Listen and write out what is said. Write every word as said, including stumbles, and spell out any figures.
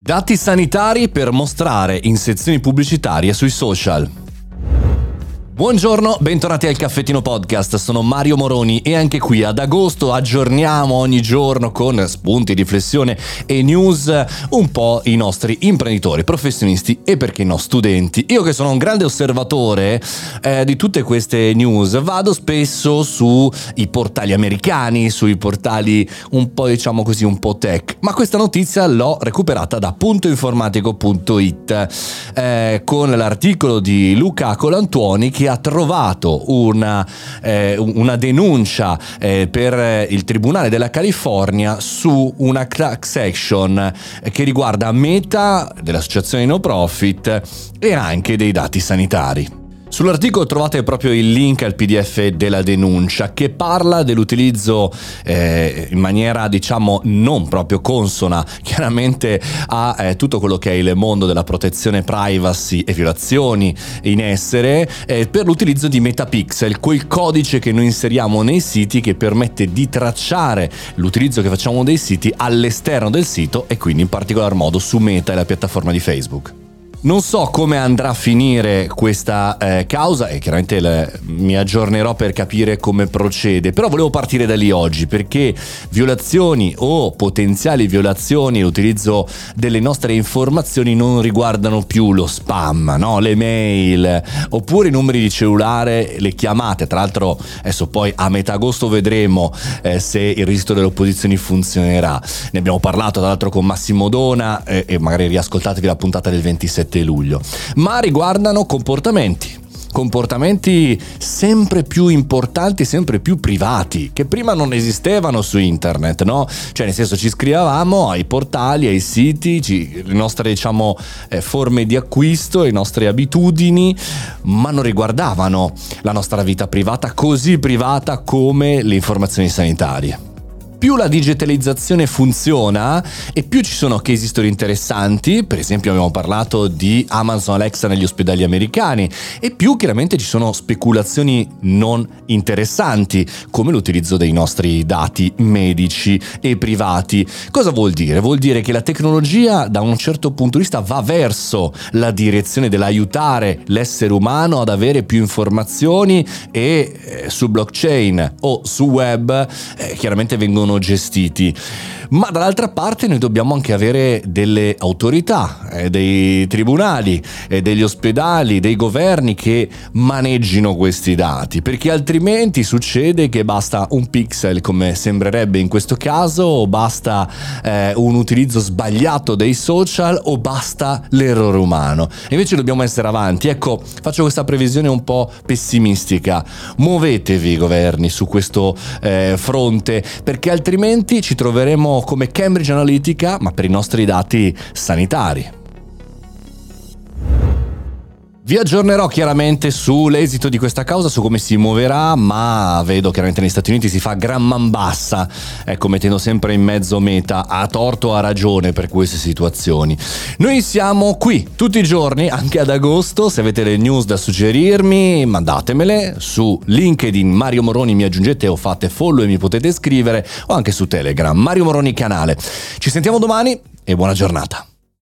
Dati sanitari per mostrare in sezioni pubblicitarie sui social. Buongiorno, bentornati al Caffettino Podcast, sono Mario Moroni e anche qui ad agosto aggiorniamo ogni giorno con spunti, riflessione e news un po' i nostri imprenditori, professionisti e perché no studenti. Io che sono un grande osservatore eh, di tutte queste news vado spesso sui portali americani, sui portali un po' diciamo così un po' tech, ma questa notizia l'ho recuperata da punto informatico punto it eh, con l'articolo di Luca Colantuoni che ha trovato una, eh, una denuncia eh, per il Tribunale della California su una class action eh, che riguarda Meta, dell'associazione no profit e anche dei dati sanitari. Sull'articolo trovate proprio il link al P D F della denuncia che parla dell'utilizzo eh, in maniera diciamo non proprio consona chiaramente a eh, tutto quello che è il mondo della protezione privacy e violazioni in essere eh, per l'utilizzo di Metapixel, quel codice che noi inseriamo nei siti che permette di tracciare l'utilizzo che facciamo dei siti all'esterno del sito e quindi in particolar modo su Meta e la piattaforma di Facebook. Non so come andrà a finire questa eh, causa e chiaramente le, mi aggiornerò per capire come procede, però volevo partire da lì oggi perché violazioni o potenziali violazioni e l'utilizzo delle nostre informazioni non riguardano più lo spam, no? Le mail oppure i numeri di cellulare, le chiamate. Tra l'altro adesso poi a metà agosto vedremo eh, se il registro delle opposizioni funzionerà. Ne abbiamo parlato tra l'altro con Massimo Dona eh, e magari riascoltatevi la puntata del ventisette luglio, ma riguardano comportamenti comportamenti sempre più importanti, sempre più privati, che prima non esistevano su internet, no? Cioè nel senso ci iscrivevamo ai portali, ai siti, ci, le nostre diciamo eh, forme di acquisto, le nostre abitudini, ma non riguardavano la nostra vita privata, così privata come le informazioni sanitarie. Più la digitalizzazione funziona e più ci sono casi storie interessanti, per esempio abbiamo parlato di Amazon Alexa negli ospedali americani, e più chiaramente ci sono speculazioni non interessanti come l'utilizzo dei nostri dati medici e privati. Cosa vuol dire? Vuol dire che la tecnologia da un certo punto di vista va verso la direzione dell'aiutare l'essere umano ad avere più informazioni e eh, su blockchain o su web eh, chiaramente vengono gestiti, ma dall'altra parte noi dobbiamo anche avere delle autorità, eh, dei tribunali, eh, degli ospedali, dei governi che maneggino questi dati, perché altrimenti succede che basta un pixel, come sembrerebbe in questo caso, o basta eh, un utilizzo sbagliato dei social, o basta l'errore umano. E invece dobbiamo essere avanti. Ecco, faccio questa previsione un po' pessimistica: muovetevi governi su questo eh, fronte, perché altrimenti ci troveremo come Cambridge Analytica, ma per i nostri dati sanitari. Vi aggiornerò chiaramente sull'esito di questa causa, su come si muoverà, ma vedo chiaramente negli Stati Uniti si fa gran man bassa, ecco, mettendo sempre in mezzo Meta, a torto o a ragione per queste situazioni. Noi siamo qui tutti i giorni, anche ad agosto. Se avete le news da suggerirmi, mandatemele su LinkedIn, Mario Moroni, mi aggiungete o fate follow e mi potete scrivere, o anche su Telegram, Mario Moroni canale. Ci sentiamo domani e buona giornata.